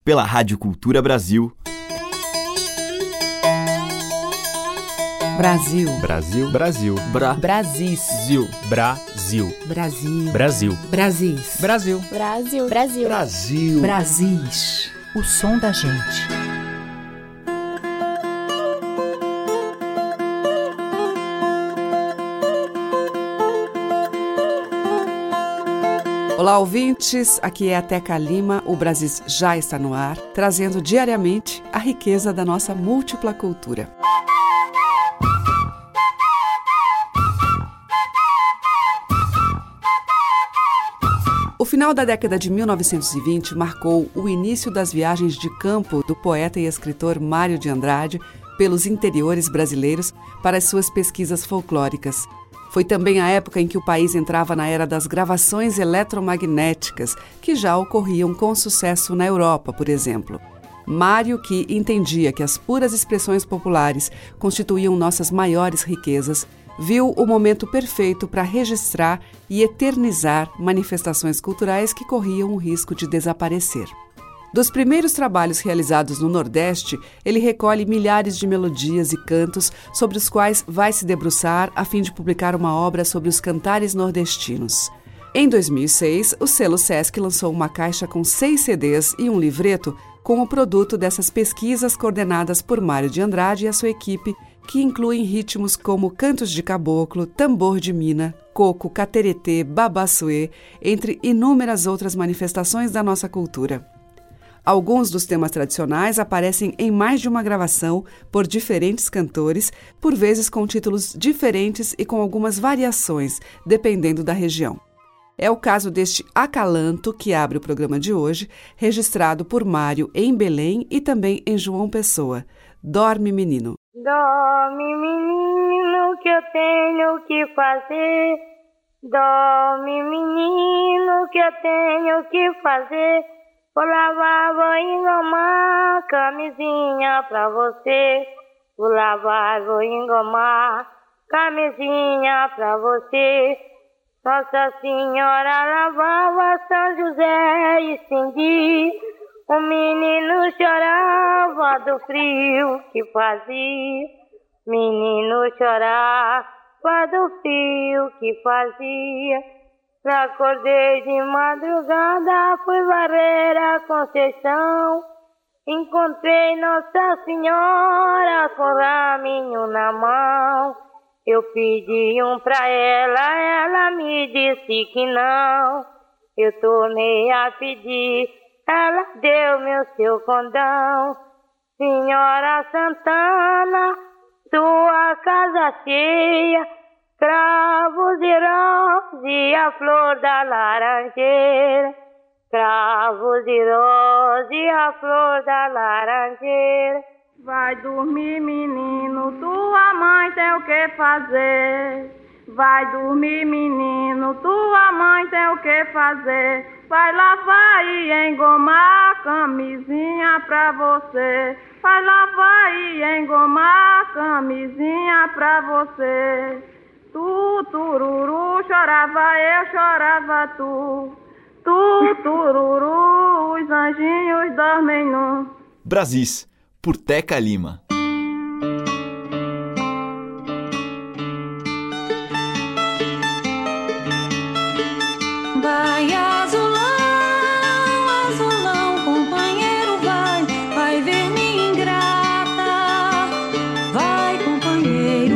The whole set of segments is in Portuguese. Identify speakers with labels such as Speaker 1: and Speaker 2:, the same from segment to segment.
Speaker 1: pela Rádio Cultura Brasil.
Speaker 2: Brasil.
Speaker 3: Brasil. Brasil.
Speaker 2: Brasis.
Speaker 3: Brasil.
Speaker 2: Brasil.
Speaker 3: Brasil.
Speaker 2: Brasis.
Speaker 3: Brasil.
Speaker 4: Brasil. Brasil.
Speaker 5: Brasil.
Speaker 2: Brasis. O som da gente. Olá, ouvintes, aqui é a Teca Lima, o Brasis já está no ar, trazendo diariamente a riqueza da nossa múltipla cultura. O final da década de 1920 marcou o início das viagens de campo do poeta e escritor Mário de Andrade pelos interiores brasileiros para as suas pesquisas folclóricas. Foi também a época em que o país entrava na era das gravações eletromagnéticas, que já ocorriam com sucesso na Europa, por exemplo. Mário, que entendia que as puras expressões populares constituíam nossas maiores riquezas, viu o momento perfeito para registrar e eternizar manifestações culturais que corriam o risco de desaparecer. Dos primeiros trabalhos realizados no Nordeste, ele recolhe milhares de melodias e cantos sobre os quais vai se debruçar a fim de publicar uma obra sobre os cantares nordestinos. Em 2006, o selo Sesc lançou uma caixa com 6 CDs e um livreto com o produto dessas pesquisas coordenadas por Mário de Andrade e a sua equipe, que incluem ritmos como cantos de caboclo, tambor de mina, coco, cateretê, babaçuê, entre inúmeras outras manifestações da nossa cultura. Alguns dos temas tradicionais aparecem em mais de uma gravação por diferentes cantores, por vezes com títulos diferentes e com algumas variações, dependendo da região. É o caso deste acalanto que abre o programa de hoje, registrado por Mário em Belém e também em João Pessoa. Dorme, menino.
Speaker 6: Dorme, menino, que eu tenho que fazer. Dorme, menino, que eu tenho que fazer. Vou lavar, vou engomar camisinha pra você. Vou lavar, vou engomar camisinha pra você. Nossa Senhora lavava São José e Cindy. O menino chorava do frio que fazia. Menino chorava do frio que fazia. Acordei de madrugada, fui varrer a Conceição. Encontrei Nossa Senhora com raminho na mão. Eu pedi um pra ela me disse que não. Eu tornei a pedir, ela deu-me o seu condão. Senhora Santana, sua casa cheia, cravos e rosas e a flor da laranjeira. Cravos e rosas e a flor da laranjeira. Vai dormir, menino, tua mãe tem o que fazer. Vai dormir, menino, tua mãe tem o que fazer. Vai lavar e engomar camisinha pra você. Vai lavar e engomar camisinha pra você. Tu, tururu, chorava eu, chorava tu. Tu, tururu, os anjinhos dormem nu.
Speaker 1: Brasis, por Teca Lima.
Speaker 7: Vai azulão, azulão, companheiro, vai ver minha ingrata. Vai, companheiro,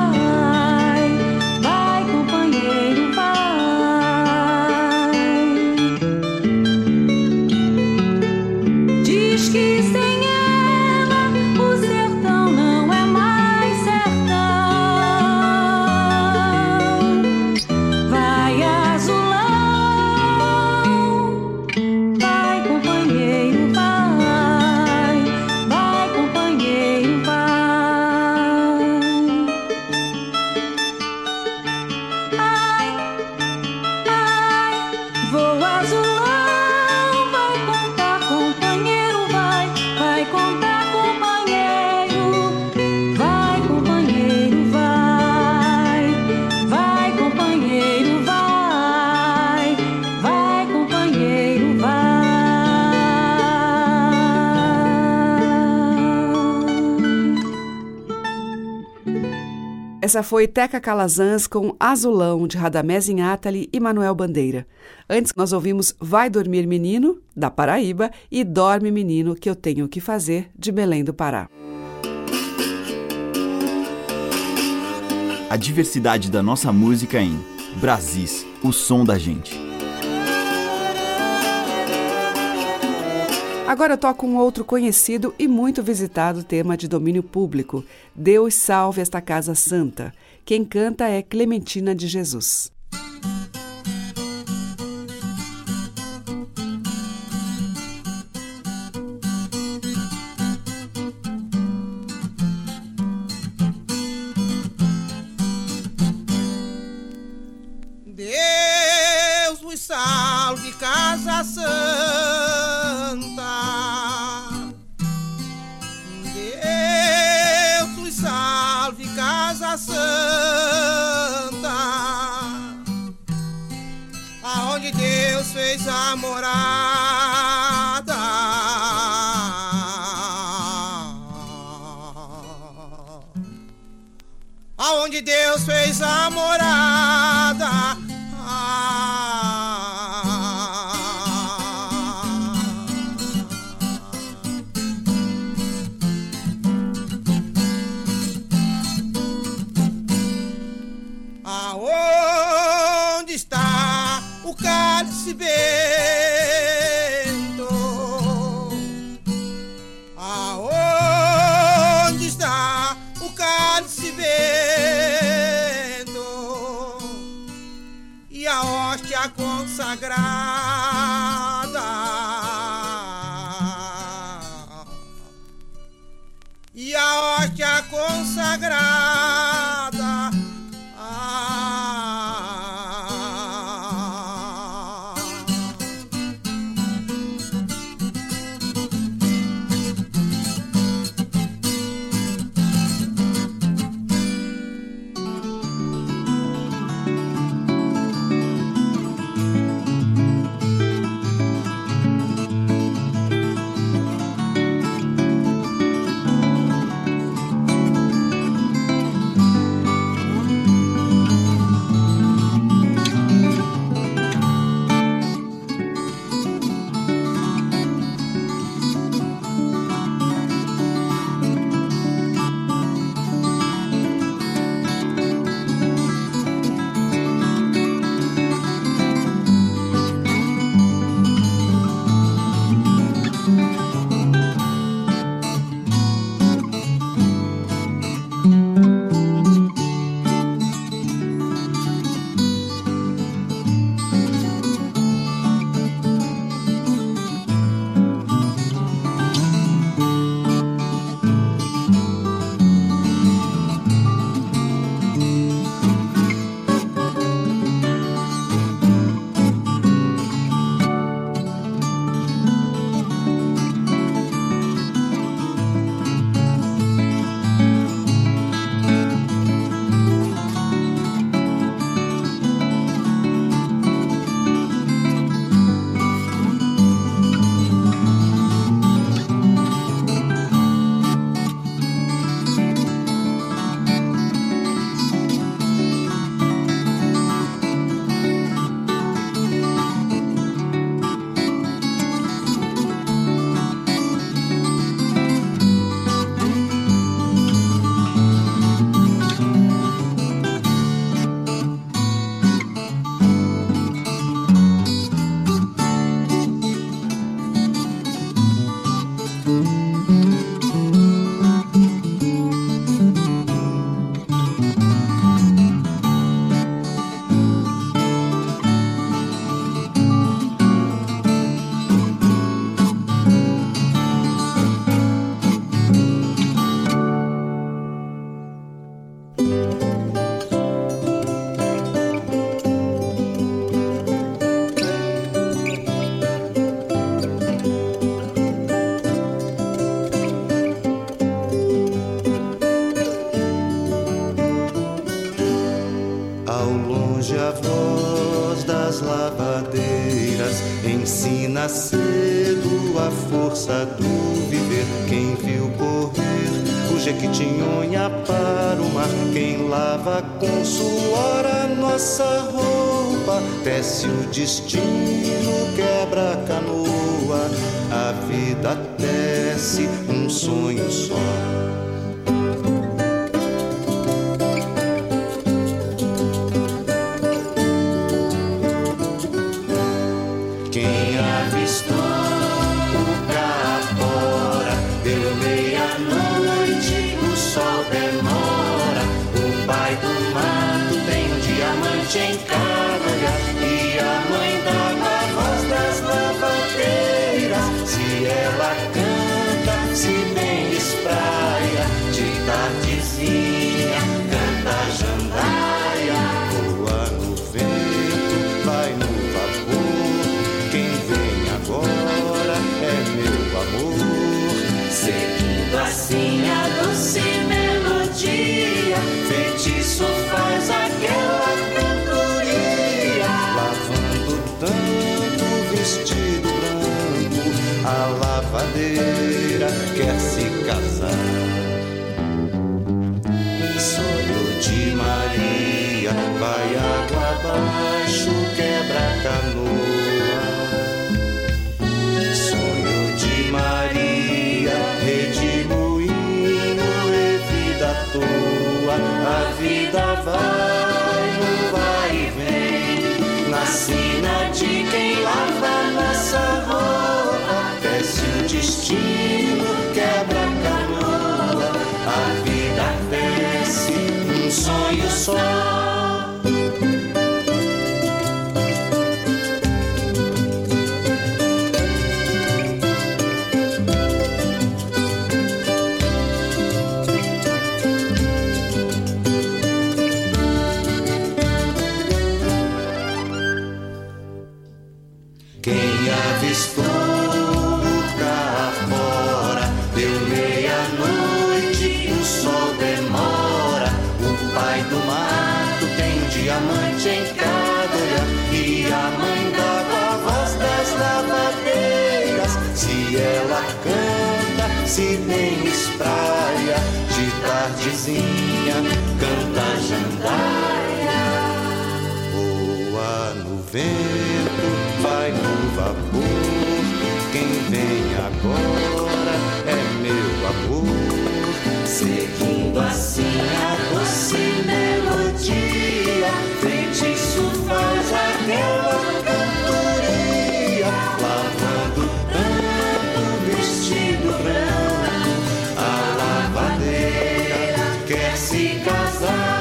Speaker 7: vai, companheiro, vai. Diz que sem ela o sertão
Speaker 2: Essa foi Teca Calazans com Azulão, de Radamés Inátali e Manuel Bandeira. Antes nós ouvimos Vai Dormir Menino, da Paraíba, e Dorme Menino, que eu tenho o que fazer, de Belém do Pará.
Speaker 1: A diversidade da nossa música em Brasis, o som da gente.
Speaker 2: Agora eu toco um outro conhecido e muito visitado tema de domínio público, Deus Salve Esta Casa Santa. Quem canta é Clementina de Jesus.
Speaker 4: Deus nos salve, Casa Santa. Deus nos salve, Casa Santa, aonde Deus fez a morada. Aonde Deus fez a morada. Aonde está o cálice bento? Aonde está o cálice bento? E a hóstia consagrada? E a hóstia consagrada?
Speaker 5: Ensina cedo a força do viver. Quem viu correr do Jequitinhonha para o mar. Quem lava com suor a nossa roupa, tece o destino, quebra a canoa. A vida tece um sonho só. Quem avistou o capora, deu meia-noite, o sol demora. O pai do mato tem um diamante em cada olhar, e a mãe d'água, a voz das lavadeiras. Se ela canta, se bem espraia, de tardezinha canta a jandaia. Voa no vento, vai no vapor, quem vem agora é meu amor. Seguindo assim a doce melodia, feitiço faz aquela cantoria. Lavando tanto vestido branco, a lavadeira quer se casar. Sonho de Maria, vai água abaixo, quebra a canoa. Sonho de Maria, redemoinho e vida à toa. A vida vai, no vai e vem, na sina de quem lava nossa roupa. Desce o destino, quebra a canoa. A vida desce, um sonho só. Quem avistou cá fora, deu meia-noite, o sol demora. O pai do mato tem um diamante em cada olhar, e a mãe d'água, a voz das lavadeiras. Se ela canta, se bem espraia, de tardezinha canta a jandaia. Voa no vento, vai no vapor, quem vem agora é meu amor. Seguindo assim a doce melodia, feitiço faz aquela cantoria. Lavando tanto vestido branco, a lavadeira quer se casar.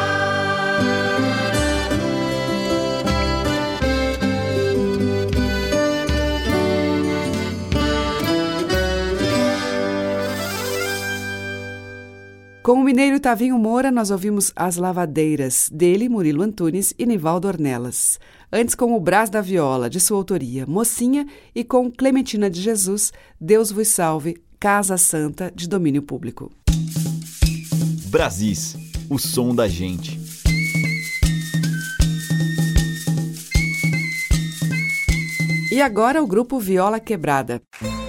Speaker 2: Com o mineiro Tavinho Moura, nós ouvimos As Lavadeiras, dele, Murilo Antunes e Nivaldo Ornelas. Antes, com o Brás da Viola, de sua autoria, Mocinha, e com Clementina de Jesus, Deus vos salve, Casa Santa, de domínio público.
Speaker 1: Brasis, o som da gente.
Speaker 2: E agora o grupo Viola Quebrada.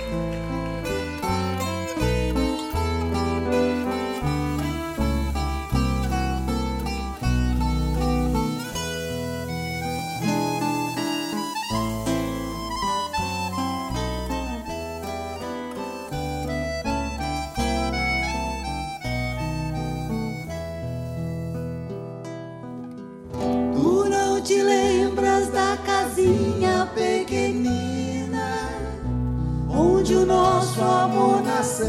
Speaker 8: Te lembras da casinha pequenina onde o nosso amor nasceu?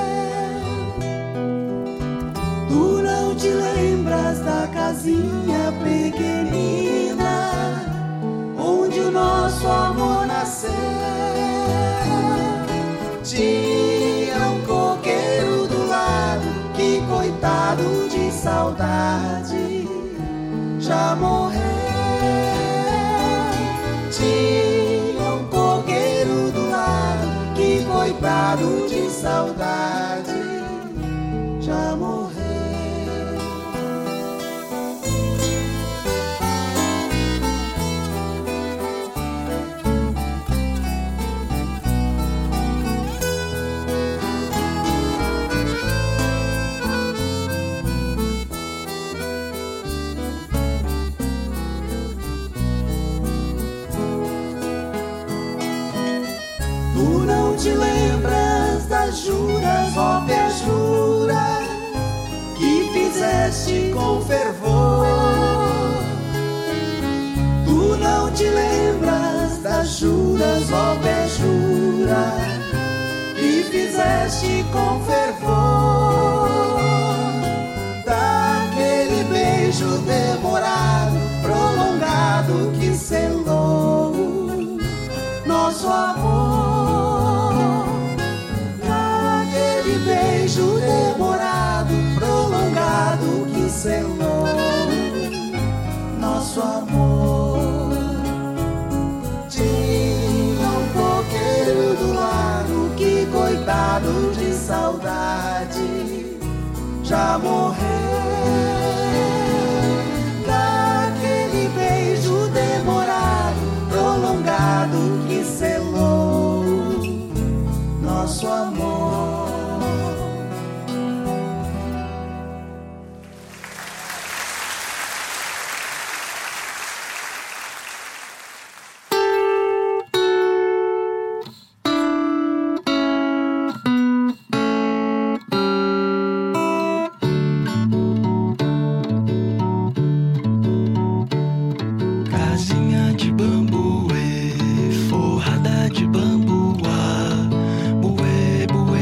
Speaker 8: Tu não te lembras da casinha pequenina onde o nosso amor nasceu? Tinha um coqueiro do lado que, coitado de saudade, já morreu. Tinha um coqueiro do lado que, coitado de saudade, já morreu. com fervor. Tu não te lembras das juras, ó bejura, que fizeste com fervor, daquele beijo demorado, prolongado, que selou nosso amor. Daquele beijo demorado, prolongado, que selou nosso amor. Tinha um coqueiro do lado que, coitado de saudade, já morreu. Daquele beijo demorado, prolongado, que selou nosso amor.
Speaker 9: Casinha de bambuê, forrada de bambuá, buê, buê.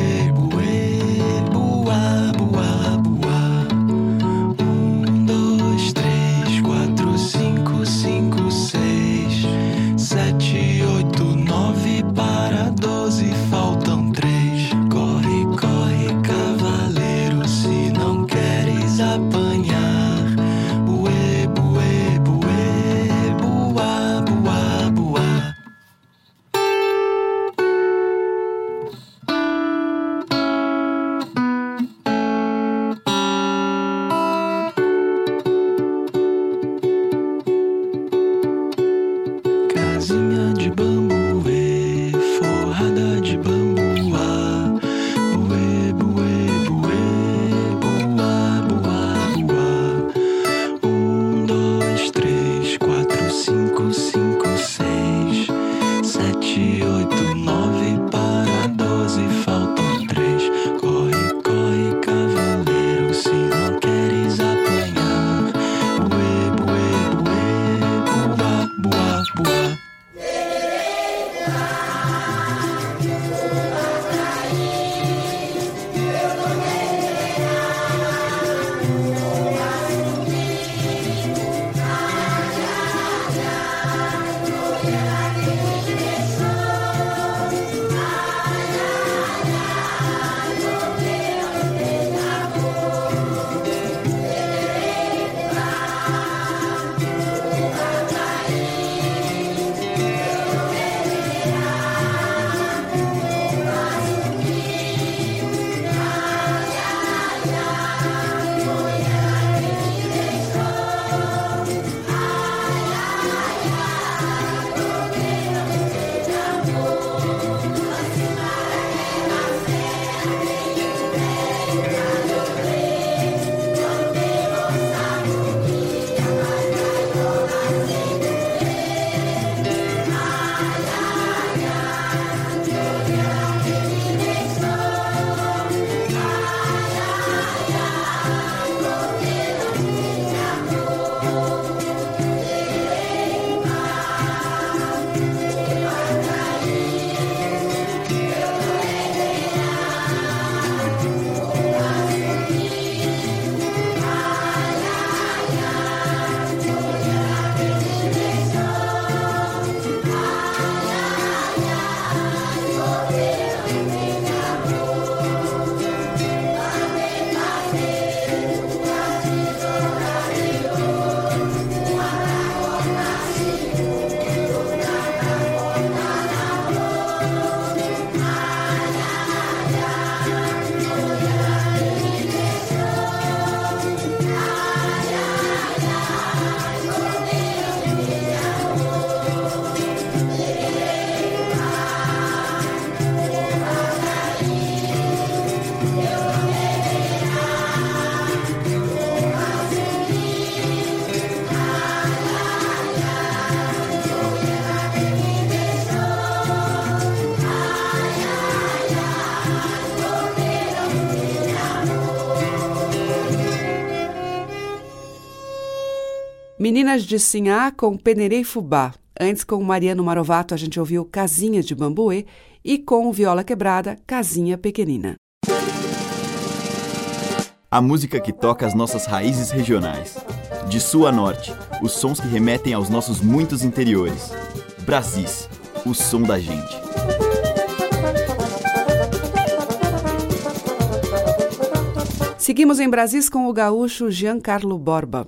Speaker 2: Meninas de Sinhá com Penerei Fubá. Antes, com Mariano Marovato, a gente ouviu Casinha de Bambuê e com Viola Quebrada, Casinha Pequenina.
Speaker 1: A música que toca as nossas raízes regionais. De sul a norte, os sons que remetem aos nossos muitos interiores. Brasis, o som da gente.
Speaker 2: Seguimos em Brasis com o gaúcho Giancarlo Borba.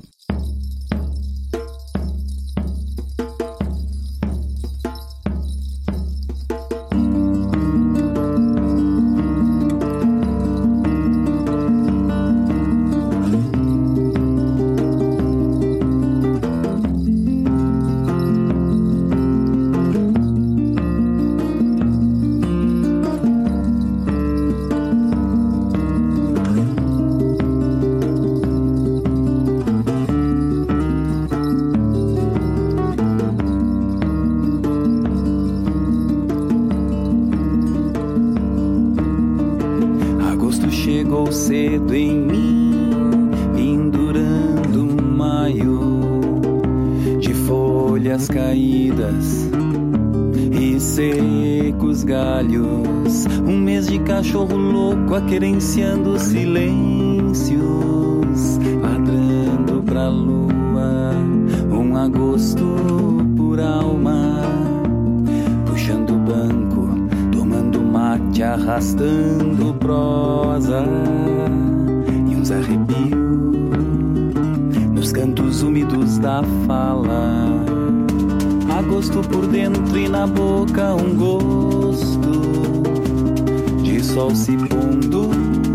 Speaker 9: Chegou cedo em mim, pendurando um maio de folhas caídas e secos galhos. Um mês de cachorro louco aquerenciando silêncios, ladrando pra lua. Um agosto por alma, puxando o banco, tomando mate, arrastando prosa e uns arrepios nos cantos úmidos da fala. Agosto por dentro e na boca um gosto de sol se pondo,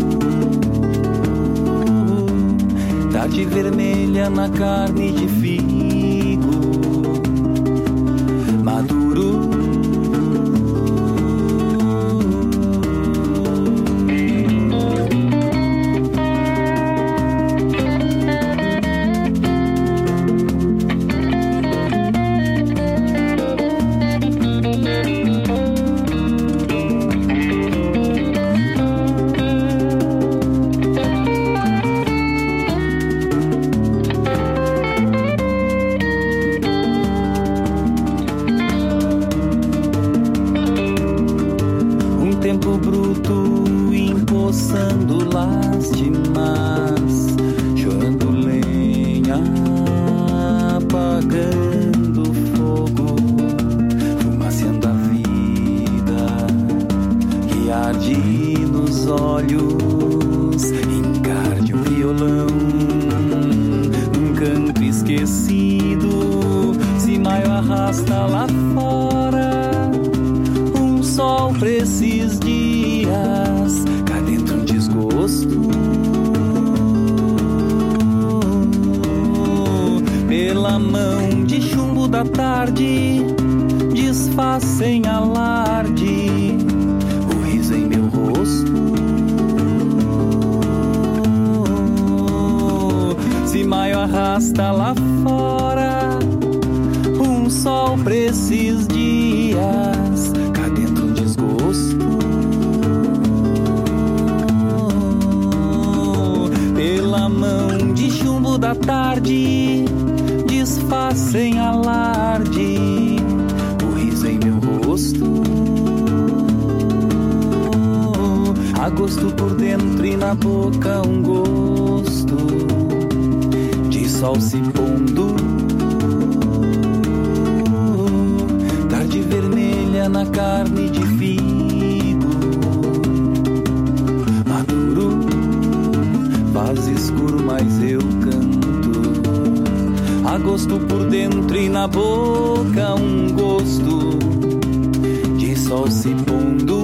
Speaker 9: tarde vermelha na carne de figo maduro.
Speaker 10: Sem alarde, o riso em meu rosto. Se maio arrasta lá fora um sol pra esses dias, cá dentro um desgosto. Pela mão de chumbo da tarde, desfaz sem alarde o riso em meu rosto. Agosto por dentro e na boca um gosto de sol se pondo, tarde vermelha na carne de figo maduro, faz escuro mas eu canto. Agosto por dentro e na boca um gosto de sol se pondo,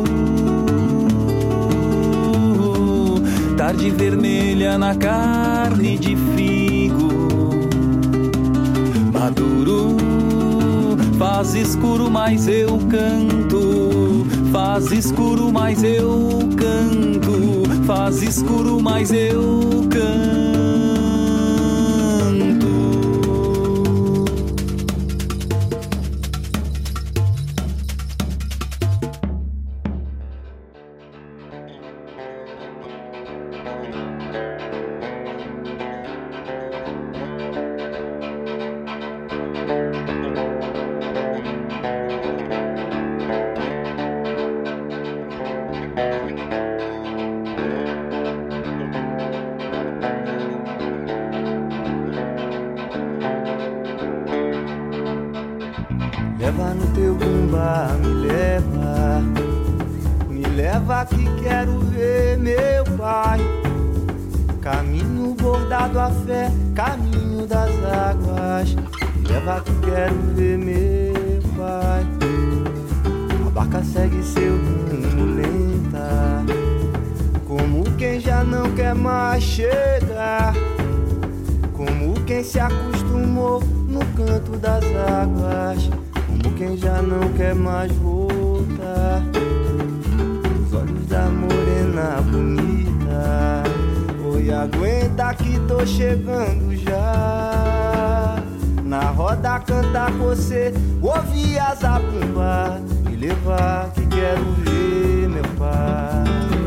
Speaker 10: tarde vermelha na carne de figo maduro, faz escuro mas eu canto, faz escuro mas eu canto, faz escuro mas eu canto.
Speaker 5: leva no teu bumbá, me leva que quero ver meu pai. Caminho bordado a fé, caminho das águas, me leva que quero ver meu pai. A barca segue seu rumo lenta, como quem já não quer mais chegar, como quem se acostumou no canto das águas, como quem já não quer mais voltar. Os olhos da morena bonita, oi, aguenta que tô chegando já. Na roda cantar você, ouvir a zabumba, me levar que quero ver meu pai.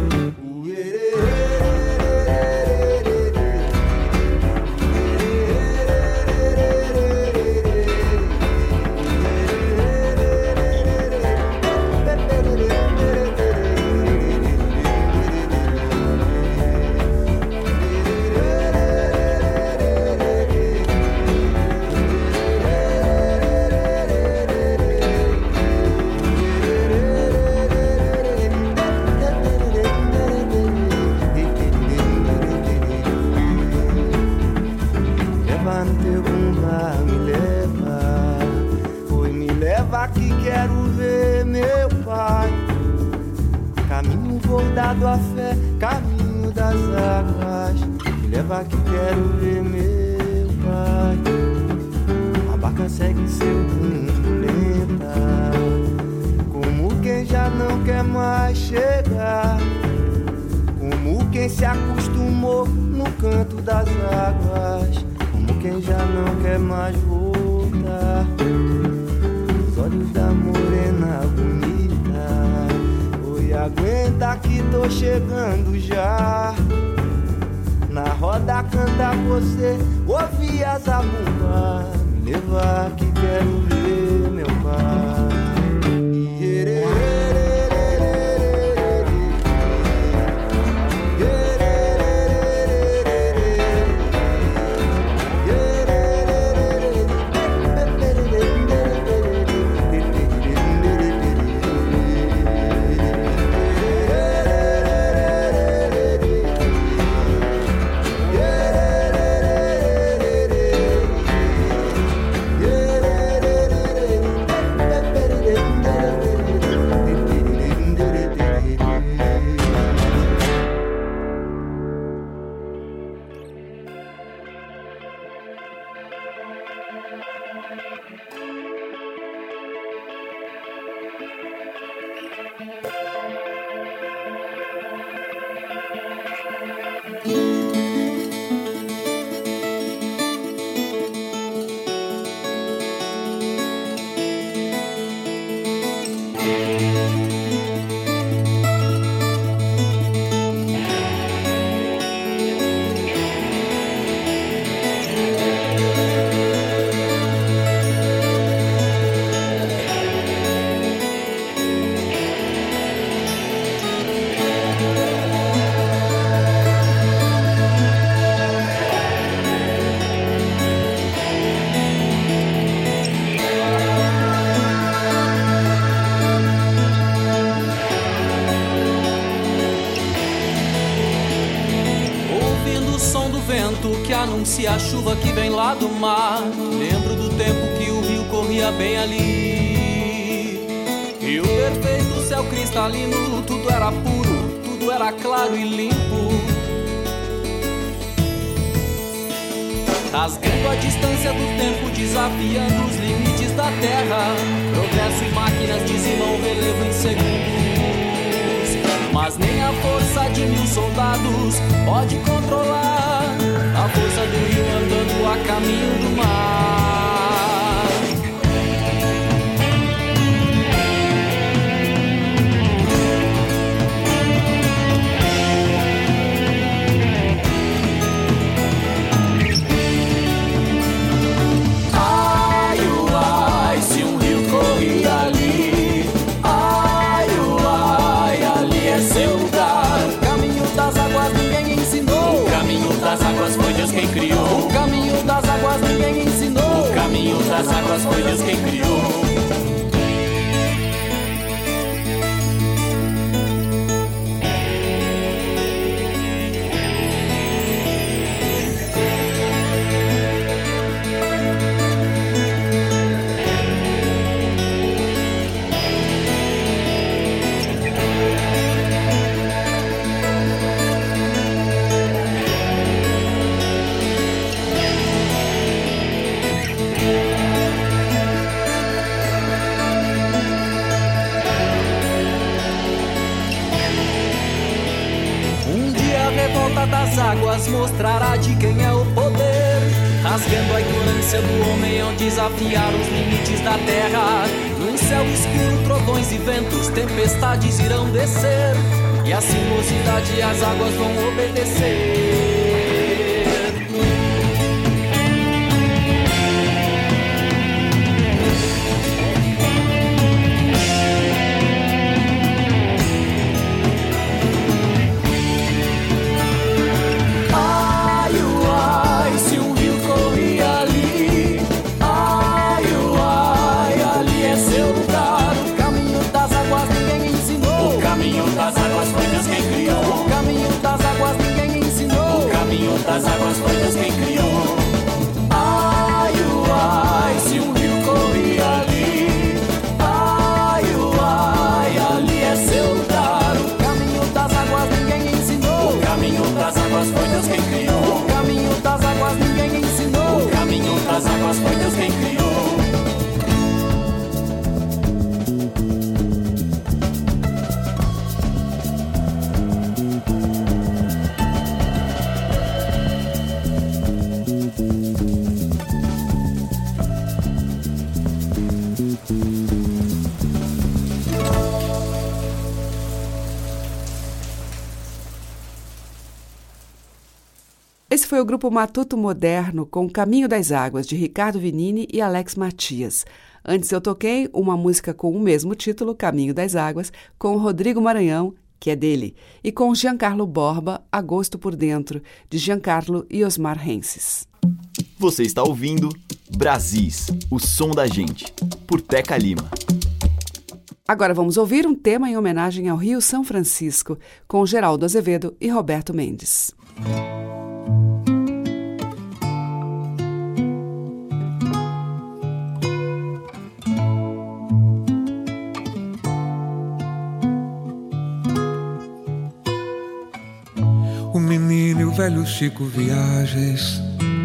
Speaker 5: Bordado a fé, caminho das águas, me leva que quero ver meu pai. A barca segue seu rumo lenta, como quem já não quer mais chegar, como quem se acostumou no canto das águas, como quem já não quer mais voltar. Os olhos da morena bonita, aguenta que tô chegando já. Na roda cantar você, ouvir a zabumba, me levar que quero ver meu pai.
Speaker 11: Anuncia a chuva que vem lá do mar. Lembro do tempo que o rio corria bem ali, e o perfeito céu cristalino, tudo era puro, tudo era claro e limpo. Rasgando a distância do tempo, desafiando os limites da terra. Progresso e máquinas dizimam o relevo em segundos, mas nem a força de 1000 soldados pode controlar a força do rio andando a caminho do mar. Ai, ai, se um rio corria ali. Ai, ai, ali é seu lugar. Caminho das águas ninguém ensinou. O caminho das águas foi Deus quem criou. O caminho das águas ninguém ensinou. O caminho das águas foi Deus quem criou. volta das águas mostrará de quem é o poder, rasgando a ignorância do homem ao desafiar os limites da terra. Num céu escuro, trovões e ventos, tempestades irão descer, e a sinuosidade as águas vão obedecer.
Speaker 9: Das águas foi Deus quem criou. Ai, uai, se um rio corria ali. Ai, uai, ali é seu lugar.
Speaker 11: O caminho das águas ninguém ensinou.
Speaker 9: O caminho das águas foi Deus quem criou.
Speaker 11: O caminho das águas ninguém ensinou.
Speaker 9: O caminho das águas foi Deus quem criou.
Speaker 2: Esse foi o grupo Matuto Moderno com Caminho das Águas, de Ricardo Vinini e Alex Matias. Antes eu toquei uma música com o mesmo título, Caminho das Águas, com Rodrigo Maranhão, que é dele, e com Giancarlo Borba, Agosto por Dentro, de Giancarlo e Osmar Renses.
Speaker 1: Você está ouvindo Brasis, o som da gente, por Teca Lima.
Speaker 2: Agora vamos ouvir um tema em homenagem ao Rio São Francisco, com Geraldo Azevedo e Roberto Mendes.
Speaker 12: O menino e o velho Chico viagens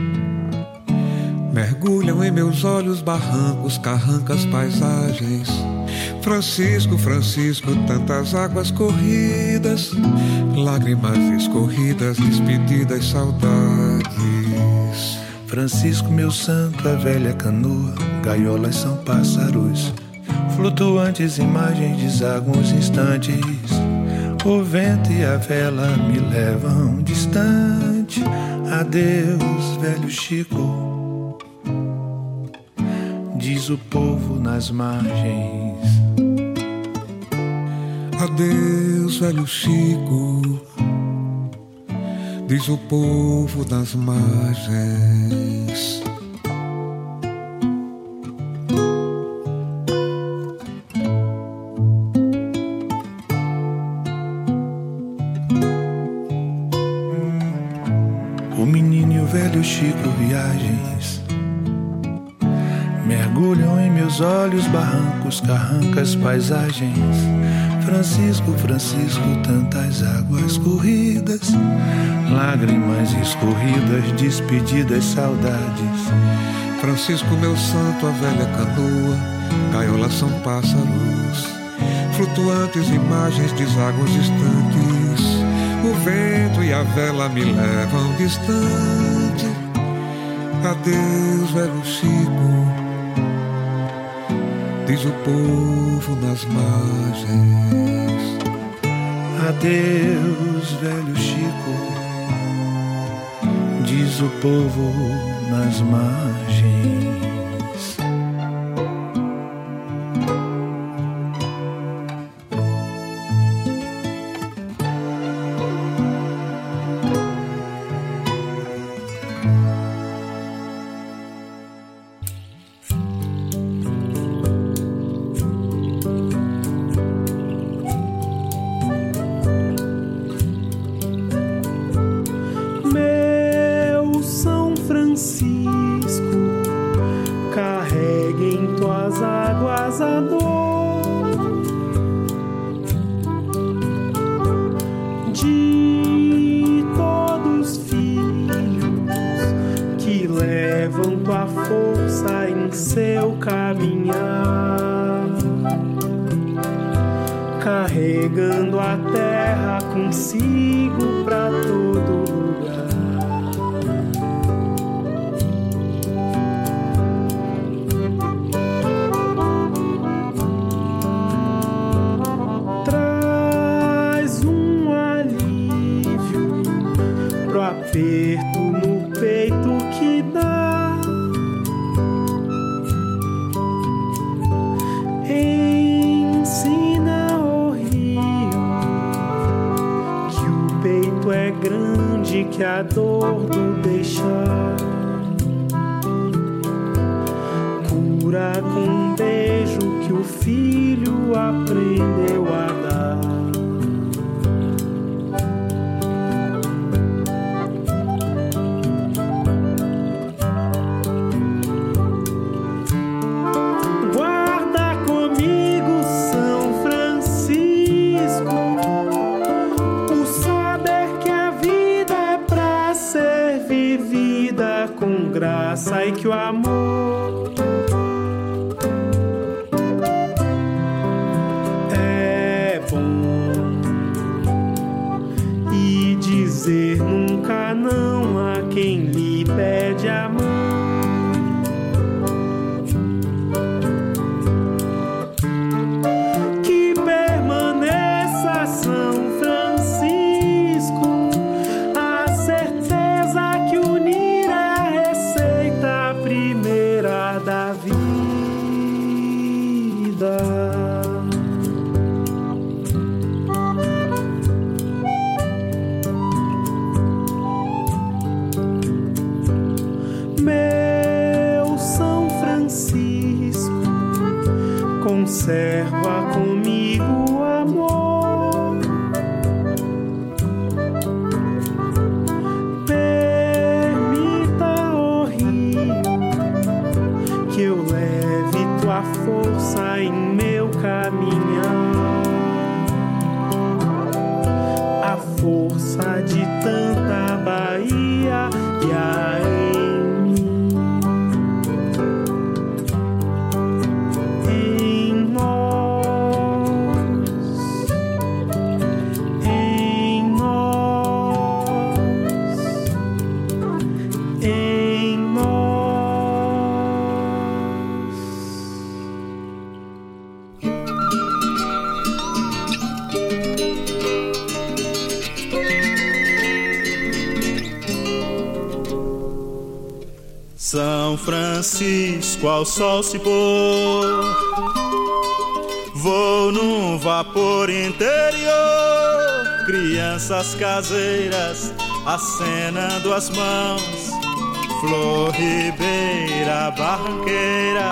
Speaker 12: mergulham em meus olhos barrancos, carrancas, paisagens. Francisco, Francisco, tantas águas corridas, lágrimas escorridas, despedidas, saudades.
Speaker 13: Francisco, meu santo, a velha canoa, gaiolas são pássaros, flutuantes imagens desaguam os instantes. O vento e a vela me levam distante. Adeus, velho Chico, diz o povo nas margens.
Speaker 12: Adeus, velho Chico, diz o povo nas margens.
Speaker 13: O menino e o velho Chico viagens mergulham em meus olhos barrancos, carrancas, paisagens. Francisco, Francisco, tantas águas corridas, lágrimas escorridas, despedidas, saudades.
Speaker 12: Francisco, meu santo, a velha canoa, gaiolas são pássaros, flutuantes imagens desaguam distantes. O vento e a vela me levam distante. Adeus, velho Chico, diz o povo nas margens.
Speaker 13: Adeus, velho Chico, diz o povo nas margens.
Speaker 14: Carregando a terra consigo pra todo aperto no peito que dá. Ensina o rio que o peito é grande, que a dor do deixar cura com um beijo que o filho aprendeu a dar. Guarda comigo, São Francisco, o saber que a vida é pra ser vivida com graça e que o amor dizer nunca não a quem lhe pede a mão. Que permaneça São Francisco, a certeza que unir é a receita primeira da vida. Conserva comigo o amor, permita, ó rio, que eu leve tua força em meu caminhar, a força de tanta Bahia e a
Speaker 5: São Francisco ao sol se pôr, vou num vapor interior, crianças caseiras acenando as mãos, flor ribeira barranqueira,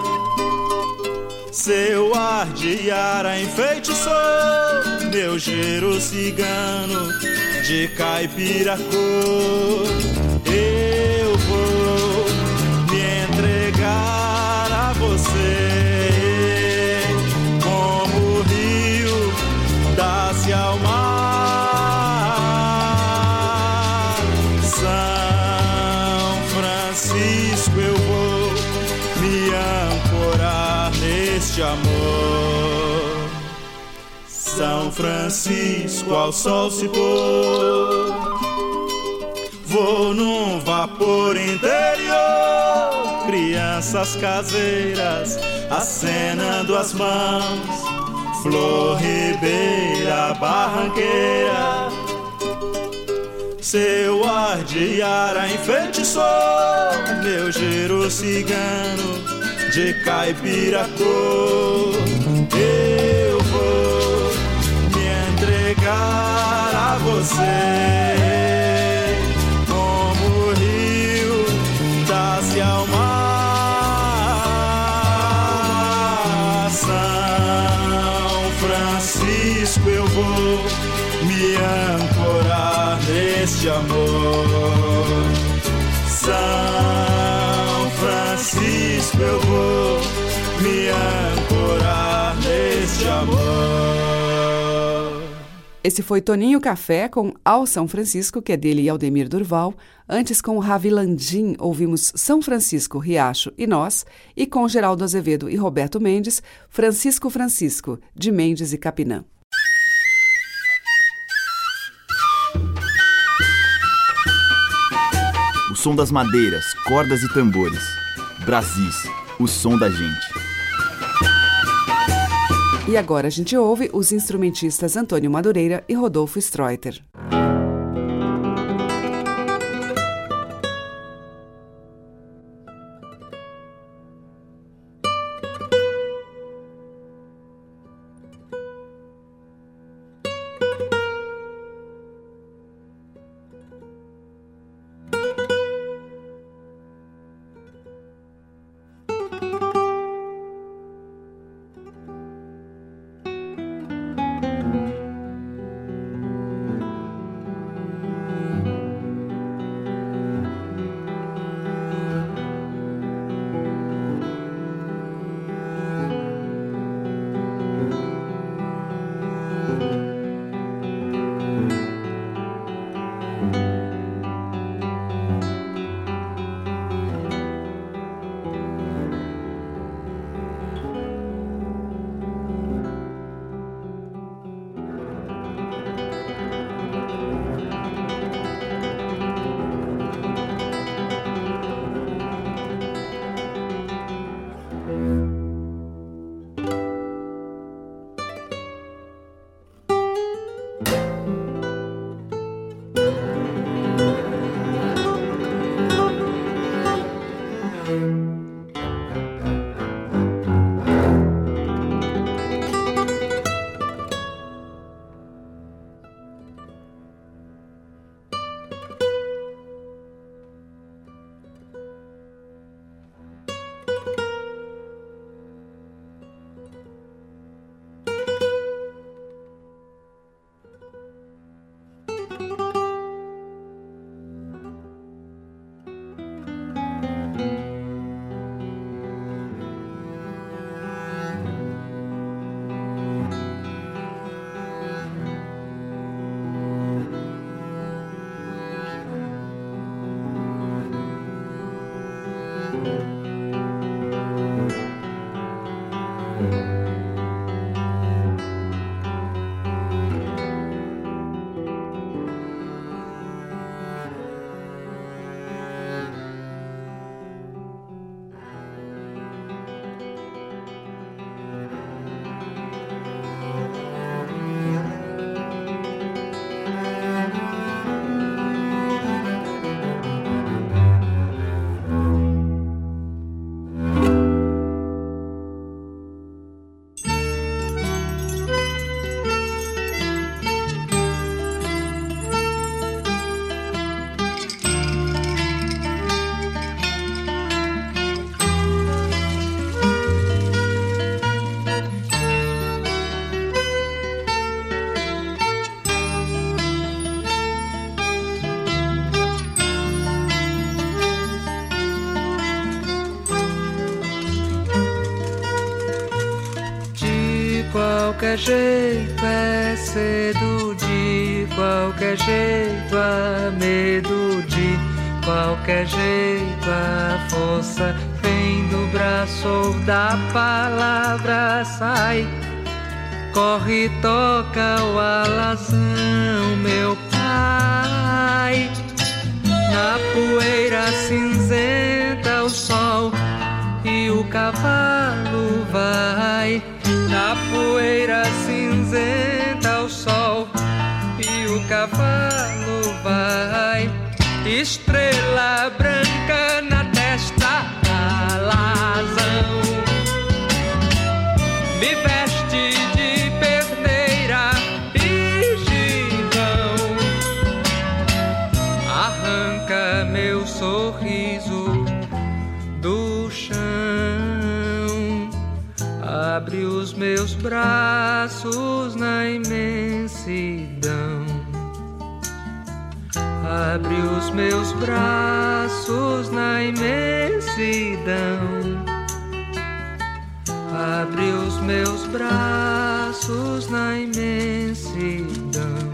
Speaker 5: seu ar de ara enfeitiçou meu giro cigano de caipira cor. Eu vou me entregar a você, como o rio dá-se ao mar. São Francisco, eu vou me ancorar neste amor. São Francisco, ao sol se pôr, vou num vapor interior, crianças caseiras acenando as mãos, flor ribeira barranqueira, seu ar de ara enfeitiçou meu giro cigano de caipira cor. Eu vou me entregar a você, ao mar. São Francisco, eu vou me ancorar neste amor. São Francisco, eu vou me ancorar neste amor.
Speaker 2: Esse foi Toninho Café com Ao São Francisco, que é dele e Aldemir Durval. Antes, com Ravi Landim, ouvimos São Francisco, Riacho e Nós. E com Geraldo Azevedo e Roberto Mendes, Francisco Francisco, de Mendes e Capinã.
Speaker 1: O som das madeiras, cordas e tambores. Brasis, o som da gente.
Speaker 2: E agora a gente ouve os instrumentistas Antônio Madureira e Rodolfo Streuter.
Speaker 15: qualquer jeito é cedo, de qualquer jeito há medo, de qualquer jeito a força vem do braço ou da palavra sai. Corre, toca o alazão, meu pai. Na poeira cinzenta o sol e o cavalo vai. Na poeira cinzenta o sol e o cavalo vai. Estrela branca na testa, alazão, me veste de perneira e gibão. Arranca meu sorriso do chão, abre os meus braços na imensidão. Abre os meus braços na imensidão. Abre os meus braços na imensidão.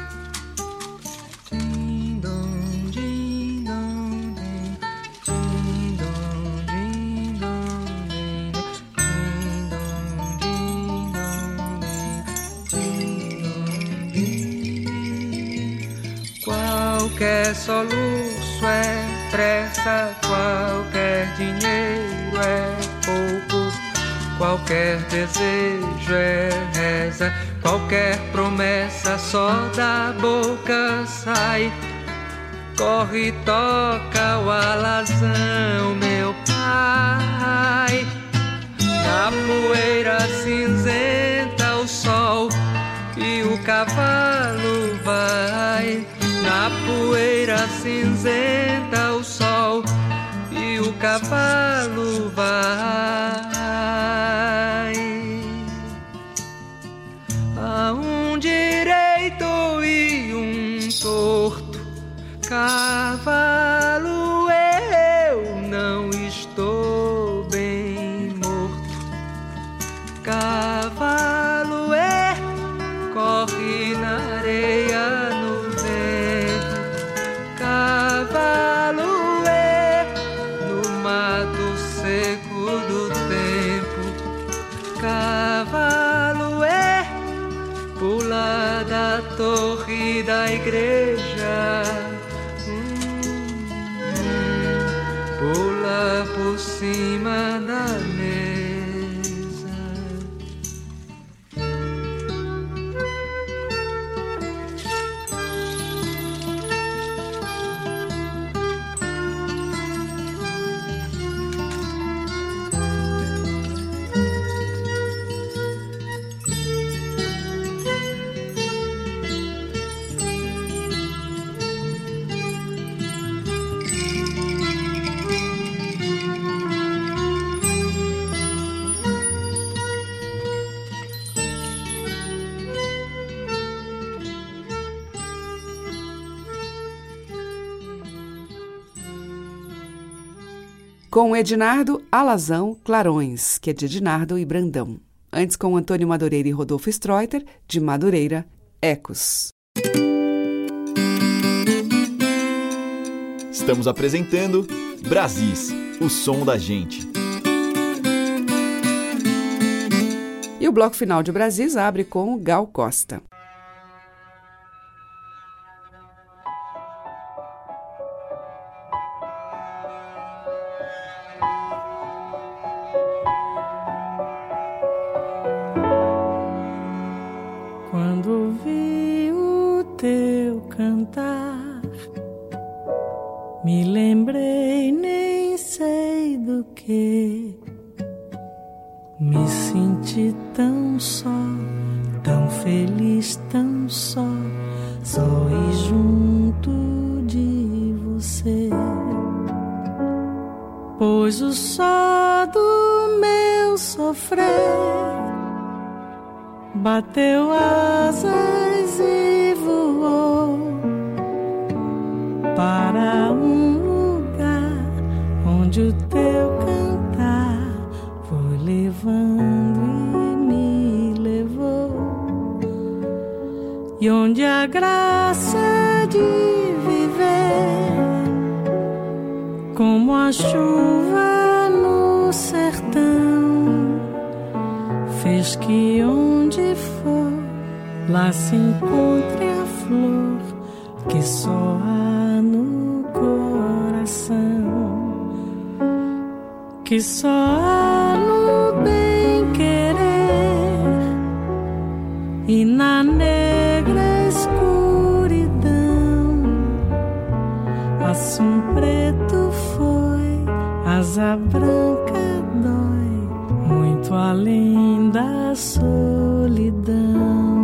Speaker 15: Qualquer soluço é pressa, qualquer dinheiro é pouco, qualquer desejo é reza, qualquer promessa só da boca sai. Corre, toca o alazão, meu pai. Na poeira cinzenta o sol e o cavalo vai. Na poeira cinzenta o sol e o cavalo vai. Há um direito e um torto, cavalo, eu não estou bem morto. Cavalo, corre na areia no vento. Cavalo, no mato seco do tempo. Cavalo, pula da torre da igreja. Pula por cima da mesa.
Speaker 2: Com Ednardo, Alazão, Clarões, que é de Ednardo e Brandão. Antes com Antônio Madureira e Rodolfo Streuter, de Madureira, Ecos.
Speaker 1: Estamos apresentando Brasis, o som da gente.
Speaker 2: E o bloco final de Brasis abre com Gal Costa.
Speaker 7: Quando ouvi o teu cantar, me lembrei, nem sei do que. Me senti tão só, tão feliz, tão só e junto de você. Pois o só do meu sofrer bateu asas e voou para um lugar onde o teu cantar foi levando e me levou. onde a graça de viver, como a chuva no sertão, fez que onde for lá se encontre a flor que só há no coração, que só há no bem-querer e na negra escuridão. Assum preto foi, asa branca dói, muito além da solidão.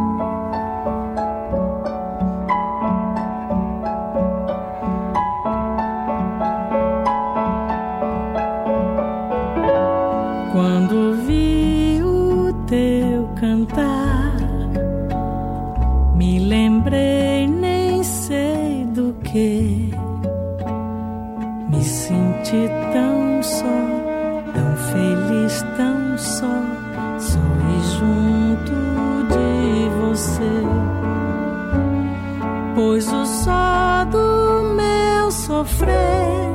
Speaker 7: Quando vi o teu cantar, me lembrei, nem sei do que, me senti tão só, tão feliz, tão só e junto de você. Pois o só do meu sofrer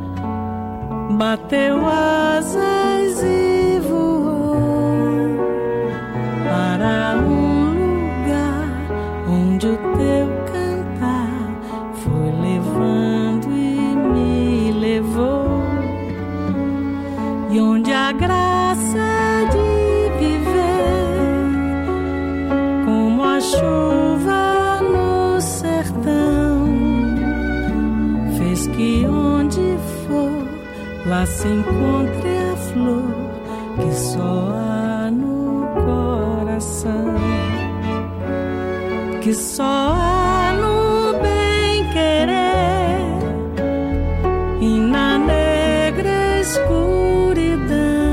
Speaker 7: bateu asas e voou para um lugar onde o teu cantar foi levando e me levou, e onde a graça de viver, como a chuva no sertão, fez que onde for lá se encontre a flor que só há no coração, que só há no bem-querer e na negra escuridão.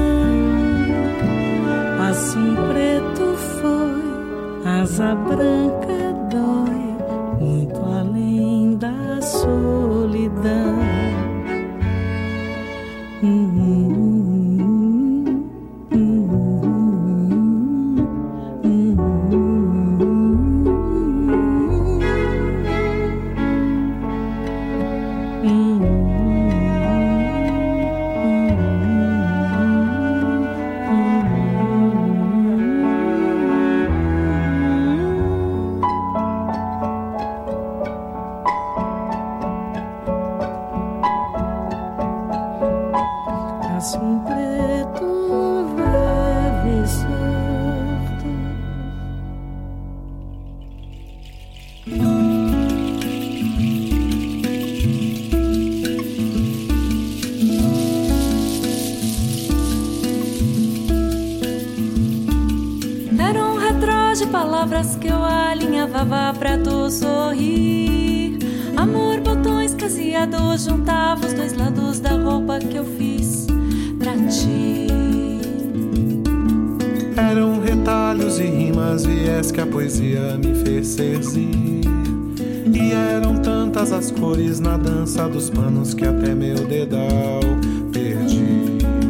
Speaker 7: Assim preto foi, asa branca dói, muito além da solidão.
Speaker 16: Palavras que eu alinhavava pra tu sorrir. Amor, botões, caseados, juntava os dois lados da roupa que eu fiz pra ti.
Speaker 5: Eram retalhos e rimas, viés que a poesia me fez seduzir. E eram tantas as cores na dança dos panos que até meu dedal perdi.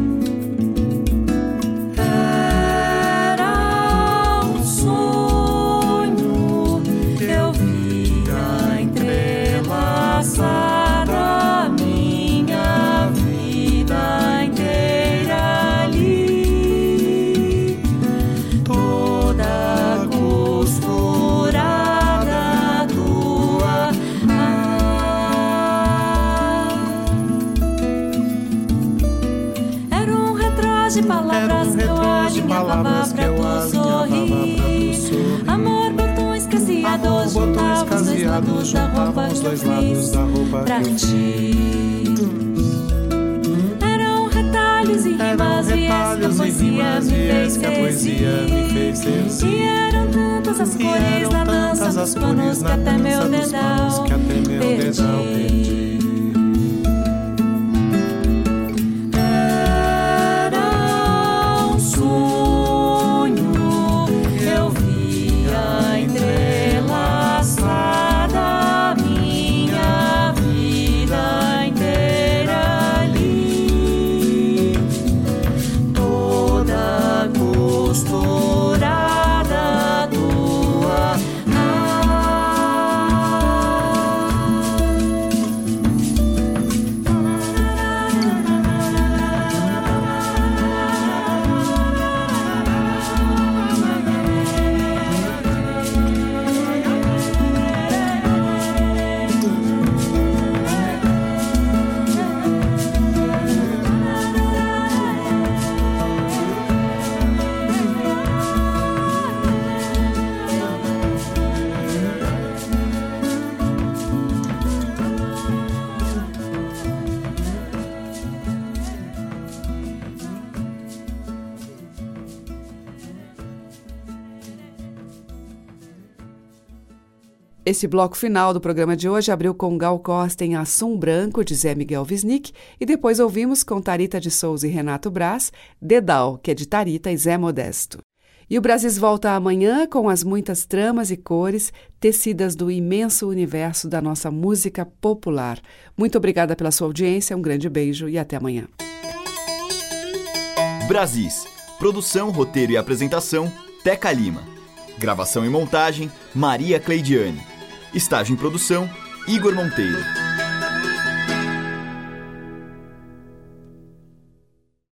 Speaker 16: Palavras que eu alinhavava pra tu sorrir. Amor, botões caseados, juntava os dois lados da roupa que eu fiz pra ti. Eram retalhos e rimas, viés que a poesia me fez seduzir. E eram tantas as cores na dança dos panos que até meu dedal perdi.
Speaker 17: Costurada tua
Speaker 2: Esse bloco final do programa de hoje abriu com Gal Costa em Assum Branco, de Zé Miguel Wisnik, e depois ouvimos com Tarita de Souza e Renato Braz, Dedal, que é de Tarita e Zé Modesto. E o Brasis volta amanhã com as muitas tramas e cores tecidas do imenso universo da nossa música popular. Muito obrigada pela sua audiência, um grande beijo e até amanhã.
Speaker 1: Brasis. Produção, roteiro e apresentação, Teca Lima. Gravação e montagem, Maria Cleidiane. Estágio em produção, Igor Monteiro.